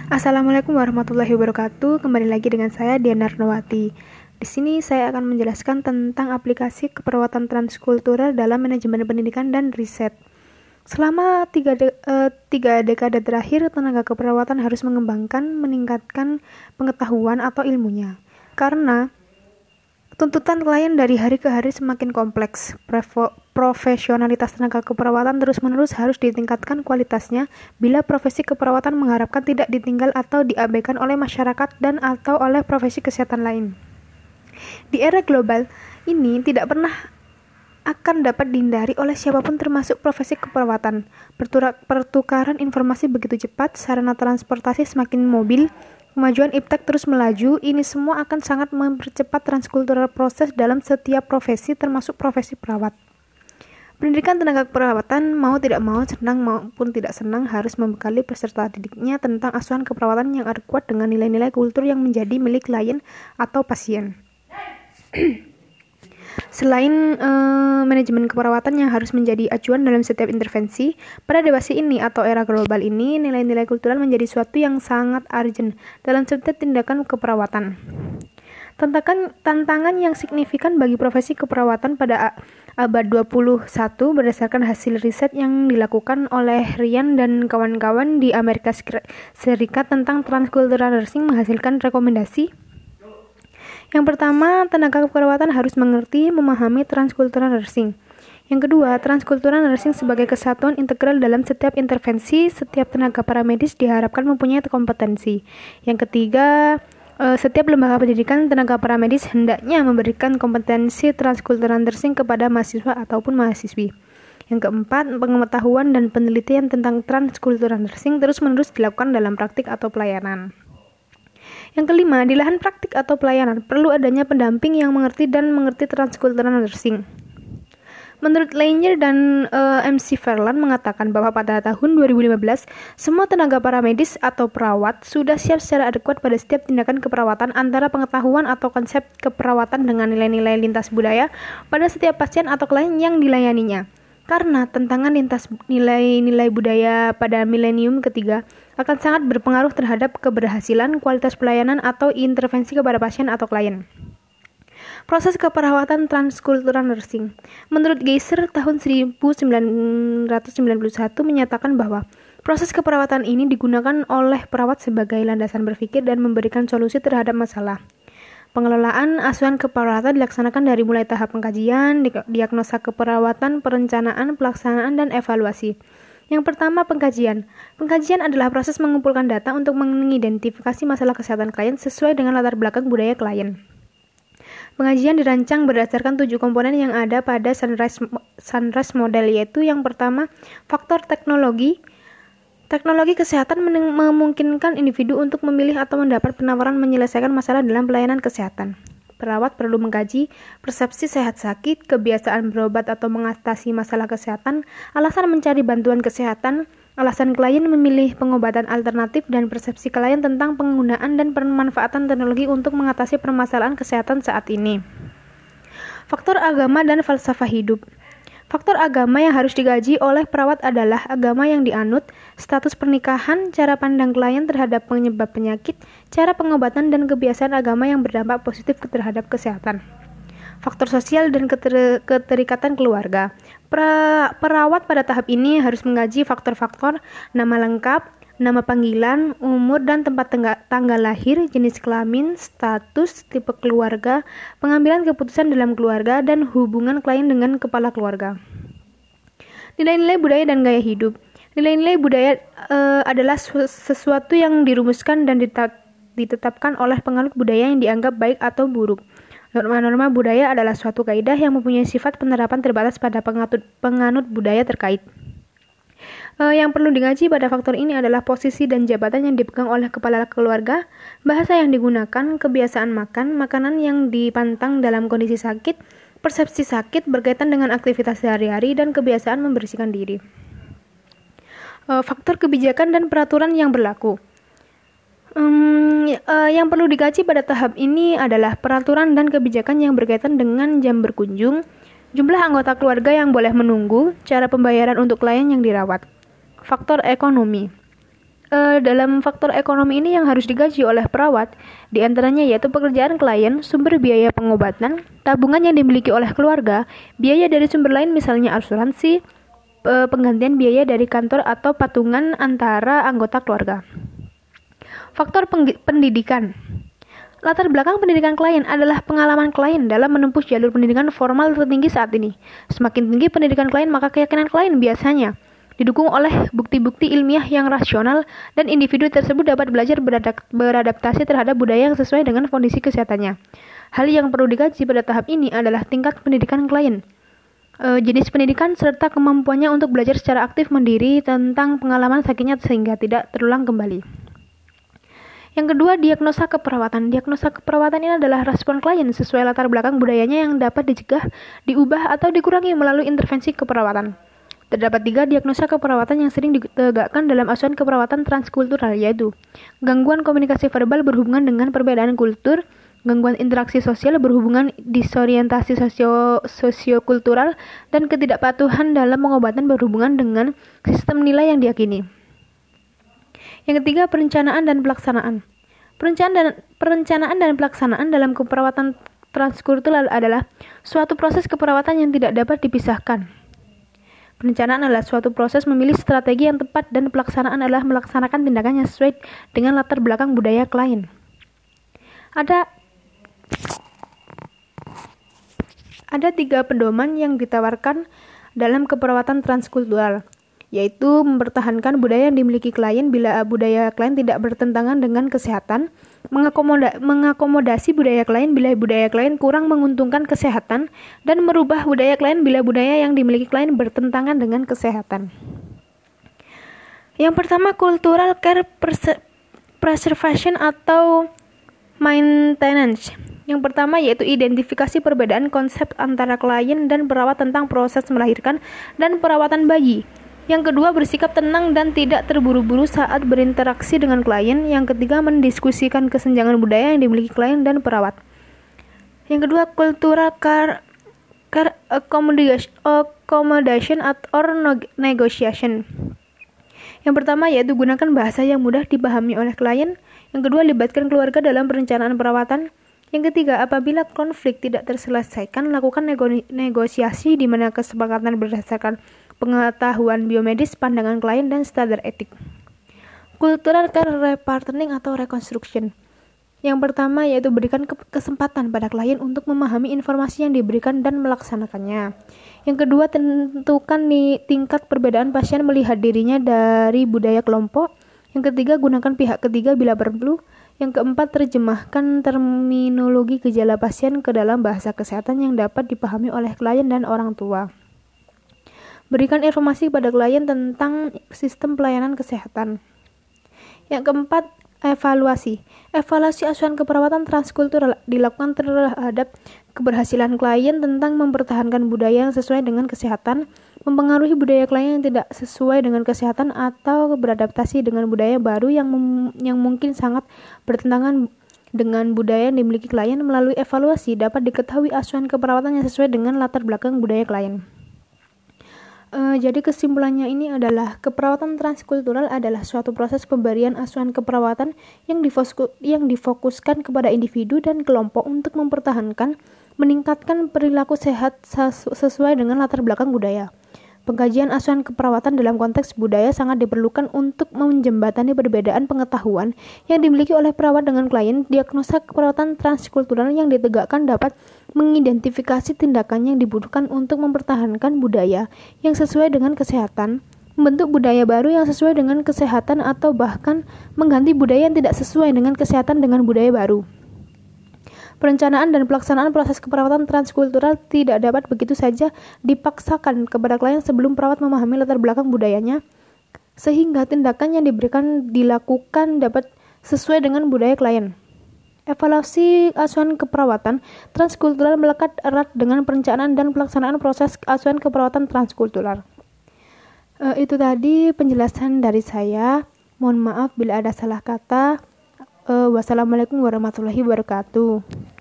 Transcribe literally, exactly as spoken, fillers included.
Assalamualaikum warahmatullahi wabarakatuh. Kembali lagi dengan saya Diana Renawati. Di sini saya akan menjelaskan tentang aplikasi keperawatan transkultural dalam manajemen pendidikan dan riset. Selama tiga, de- eh, tiga dekade terakhir, tenaga keperawatan harus mengembangkan, meningkatkan pengetahuan atau ilmunya. Karena tuntutan klien dari hari ke hari semakin kompleks. Prevo- profesionalitas tenaga keperawatan terus-menerus harus ditingkatkan kualitasnya bila profesi keperawatan mengharapkan tidak ditinggal atau diabaikan oleh masyarakat dan atau oleh profesi kesehatan lain. Di era global ini tidak pernah akan dapat dihindari oleh siapapun termasuk profesi keperawatan. Pertura- pertukaran informasi begitu cepat, sarana transportasi semakin mobil, kemajuan iptek terus melaju, ini semua akan sangat mempercepat transkultural proses dalam setiap profesi termasuk profesi perawat. Pendidikan tenaga keperawatan mau tidak mau, senang maupun tidak senang harus membekali peserta didiknya tentang asuhan keperawatan yang kuat dengan nilai-nilai kultur yang menjadi milik klien atau pasien. Selain eh, manajemen keperawatan yang harus menjadi acuan dalam setiap intervensi, pada dewasa ini atau era global ini, nilai-nilai kultural menjadi suatu yang sangat urgent dalam setiap tindakan keperawatan. Tantangan, tantangan yang signifikan bagi profesi keperawatan pada abad dua puluh satu berdasarkan hasil riset yang dilakukan oleh Ryan dan kawan-kawan di Amerika Serikat tentang transcultural nursing menghasilkan rekomendasi. Yang pertama, tenaga keperawatan harus mengerti, memahami transcultural nursing. Yang kedua, transcultural nursing sebagai kesatuan integral dalam setiap intervensi, setiap tenaga paramedis diharapkan mempunyai kompetensi. Yang ketiga, setiap lembaga pendidikan tenaga paramedis hendaknya memberikan kompetensi transcultural nursing kepada mahasiswa ataupun mahasiswi. Yang keempat, pengetahuan dan penelitian tentang transcultural nursing terus-menerus dilakukan dalam praktik atau pelayanan. Yang kelima, di lahan praktik atau pelayanan, perlu adanya pendamping yang mengerti dan mengerti transcultural nursing. Menurut Langer dan uh, M C Verlan mengatakan bahwa pada tahun dua ribu lima belas, semua tenaga paramedis atau perawat sudah siap secara adekuat pada setiap tindakan keperawatan antara pengetahuan atau konsep keperawatan dengan nilai-nilai lintas budaya pada setiap pasien atau klien yang dilayaninya. Karena tantangan lintas nilai-nilai budaya pada milenium ketiga akan sangat berpengaruh terhadap keberhasilan, kualitas pelayanan, atau intervensi kepada pasien atau klien. Proses keperawatan transcultural nursing. Menurut Geiser, tahun seribu sembilan ratus sembilan puluh satu menyatakan bahwa proses keperawatan ini digunakan oleh perawat sebagai landasan berpikir dan memberikan solusi terhadap masalah. Pengelolaan asuhan keperawatan dilaksanakan dari mulai tahap pengkajian, diagnosa keperawatan, perencanaan, pelaksanaan, dan evaluasi. Yang pertama, pengkajian. Pengkajian adalah proses mengumpulkan data untuk mengidentifikasi masalah kesehatan klien sesuai dengan latar belakang budaya klien. Pengajian dirancang berdasarkan tujuh komponen yang ada pada Sunrise, Sunrise Model, yaitu yang pertama, faktor teknologi. Teknologi kesehatan memungkinkan individu untuk memilih atau mendapat penawaran menyelesaikan masalah dalam pelayanan kesehatan. Perawat perlu mengkaji persepsi sehat sakit, kebiasaan berobat atau mengatasi masalah kesehatan, alasan mencari bantuan kesehatan, alasan klien memilih pengobatan alternatif, dan persepsi klien tentang penggunaan dan pemanfaatan teknologi untuk mengatasi permasalahan kesehatan saat ini. Faktor agama dan falsafah hidup. Faktor agama yang harus digaji oleh perawat adalah agama yang dianut, status pernikahan, cara pandang klien terhadap penyebab penyakit, cara pengobatan, dan kebiasaan agama yang berdampak positif terhadap kesehatan. Faktor sosial dan keter- keterikatan keluarga. Pra- perawat pada tahap ini harus mengkaji faktor-faktor nama lengkap, nama panggilan, umur dan tempat tengga- tanggal lahir, jenis kelamin, status, tipe keluarga, pengambilan keputusan dalam keluarga, dan hubungan klien dengan kepala keluarga. Nilai-nilai budaya dan gaya hidup. Nilai-nilai budaya e, adalah sesuatu yang dirumuskan dan ditetapkan oleh penganut budaya yang dianggap baik atau buruk. Norma-norma budaya adalah suatu kaidah yang mempunyai sifat penerapan terbatas pada penganut, penganut budaya terkait. Uh, yang perlu digaji pada faktor ini adalah posisi dan jabatan yang dipegang oleh kepala keluarga, bahasa yang digunakan, kebiasaan makan, makanan yang dipantang dalam kondisi sakit, persepsi sakit berkaitan dengan aktivitas sehari-hari, dan kebiasaan membersihkan diri. Uh, faktor kebijakan dan peraturan yang berlaku. Um, uh, yang perlu digaji pada tahap ini adalah peraturan dan kebijakan yang berkaitan dengan jam berkunjung, jumlah anggota keluarga yang boleh menunggu, cara pembayaran untuk klien yang dirawat. Faktor ekonomi. Uh, dalam faktor ekonomi ini yang harus digaji oleh perawat, diantaranya yaitu pekerjaan klien, sumber biaya pengobatan, tabungan yang dimiliki oleh keluarga, biaya dari sumber lain misalnya asuransi, uh, penggantian biaya dari kantor atau patungan antara anggota keluarga. Faktor pendidikan. Latar belakang pendidikan klien adalah pengalaman klien dalam menempuh jalur pendidikan formal tertinggi saat ini. Semakin tinggi pendidikan klien, maka keyakinan klien biasanya didukung oleh bukti-bukti ilmiah yang rasional dan individu tersebut dapat belajar beradaptasi terhadap budaya yang sesuai dengan kondisi kesehatannya. Hal yang perlu dikaji pada tahap ini adalah tingkat pendidikan klien, e, jenis pendidikan, serta kemampuannya untuk belajar secara aktif mandiri tentang pengalaman sakitnya sehingga tidak terulang kembali. Yang kedua, diagnosa keperawatan. Diagnosa keperawatan ini adalah respon klien sesuai latar belakang budayanya yang dapat dicegah, diubah, atau dikurangi melalui intervensi keperawatan. Terdapat tiga diagnosa keperawatan yang sering ditegakkan dalam asuhan keperawatan transkultural, yaitu gangguan komunikasi verbal berhubungan dengan perbedaan kultur, gangguan interaksi sosial berhubungan disorientasi sosio sosiokultural, dan ketidakpatuhan dalam pengobatan berhubungan dengan sistem nilai yang diyakini. Yang ketiga, perencanaan dan pelaksanaan. Perencanaan dan perencanaan dan pelaksanaan dalam keperawatan transkultural adalah suatu proses keperawatan yang tidak dapat dipisahkan. Perencanaan adalah suatu proses memilih strategi yang tepat dan pelaksanaan adalah melaksanakan tindakan yang sesuai dengan latar belakang budaya klien. Ada ada tiga pedoman yang ditawarkan dalam keperawatan transkultural, yaitu mempertahankan budaya yang dimiliki klien bila budaya klien tidak bertentangan dengan kesehatan, mengakomoda- mengakomodasi budaya klien bila budaya klien kurang menguntungkan kesehatan, dan merubah budaya klien bila budaya yang dimiliki klien bertentangan dengan kesehatan. Yang pertama, cultural care pres- preservation atau maintenance. Yang pertama yaitu identifikasi perbedaan konsep antara klien dan perawat tentang proses melahirkan dan perawatan bayi. Yang kedua, bersikap tenang dan tidak terburu-buru saat berinteraksi dengan klien. Yang ketiga, mendiskusikan kesenjangan budaya yang dimiliki klien dan perawat. Yang kedua, cultural care, care accommodation, accommodation or negotiation. Yang pertama yaitu gunakan bahasa yang mudah dipahami oleh klien. Yang kedua, libatkan keluarga dalam perencanaan perawatan. Yang ketiga, apabila konflik tidak terselesaikan, lakukan nego- negosiasi di mana kesepakatan berdasarkan pengetahuan biomedis, pandangan klien, dan standar etik. Cultural care repartnering atau reconstruction. Yang pertama yaitu berikan kesempatan pada klien untuk memahami informasi yang diberikan dan melaksanakannya. Yang kedua, tentukan nih tingkat perbedaan pasien melihat dirinya dari budaya kelompok. Yang ketiga, gunakan pihak ketiga bila perlu. Yang keempat, terjemahkan terminologi gejala pasien ke dalam bahasa kesehatan yang dapat dipahami oleh klien dan orang tua. Berikan informasi kepada klien tentang sistem pelayanan kesehatan. Yang keempat, evaluasi. Evaluasi asuhan keperawatan transkultural dilakukan terhadap keberhasilan klien tentang mempertahankan budaya yang sesuai dengan kesehatan, mempengaruhi budaya klien yang tidak sesuai dengan kesehatan, atau beradaptasi dengan budaya baru yang mem- yang mungkin sangat bertentangan dengan budaya yang dimiliki klien. Melalui evaluasi dapat diketahui asuhan keperawatan yang sesuai dengan latar belakang budaya klien. Uh, jadi kesimpulannya ini adalah keperawatan transkultural adalah suatu proses pemberian asuhan keperawatan yang, difosku, yang difokuskan kepada individu dan kelompok untuk mempertahankan, meningkatkan perilaku sehat sesuai dengan latar belakang budaya. Pengkajian asuhan keperawatan dalam konteks budaya sangat diperlukan untuk menjembatani perbedaan pengetahuan yang dimiliki oleh perawat dengan klien. Diagnosa keperawatan transkultural yang ditegakkan dapat mengidentifikasi tindakan yang dibutuhkan untuk mempertahankan budaya yang sesuai dengan kesehatan, membentuk budaya baru yang sesuai dengan kesehatan, atau bahkan mengganti budaya yang tidak sesuai dengan kesehatan dengan budaya baru. Perencanaan dan pelaksanaan proses keperawatan transkultural tidak dapat begitu saja dipaksakan kepada klien sebelum perawat memahami latar belakang budayanya, sehingga tindakan yang diberikan dilakukan dapat sesuai dengan budaya klien. Evaluasi asuhan keperawatan transkultural melekat erat dengan perencanaan dan pelaksanaan proses asuhan keperawatan transkultural. E, itu tadi penjelasan dari saya. Mohon maaf bila ada salah kata. E, wassalamualaikum warahmatullahi wabarakatuh.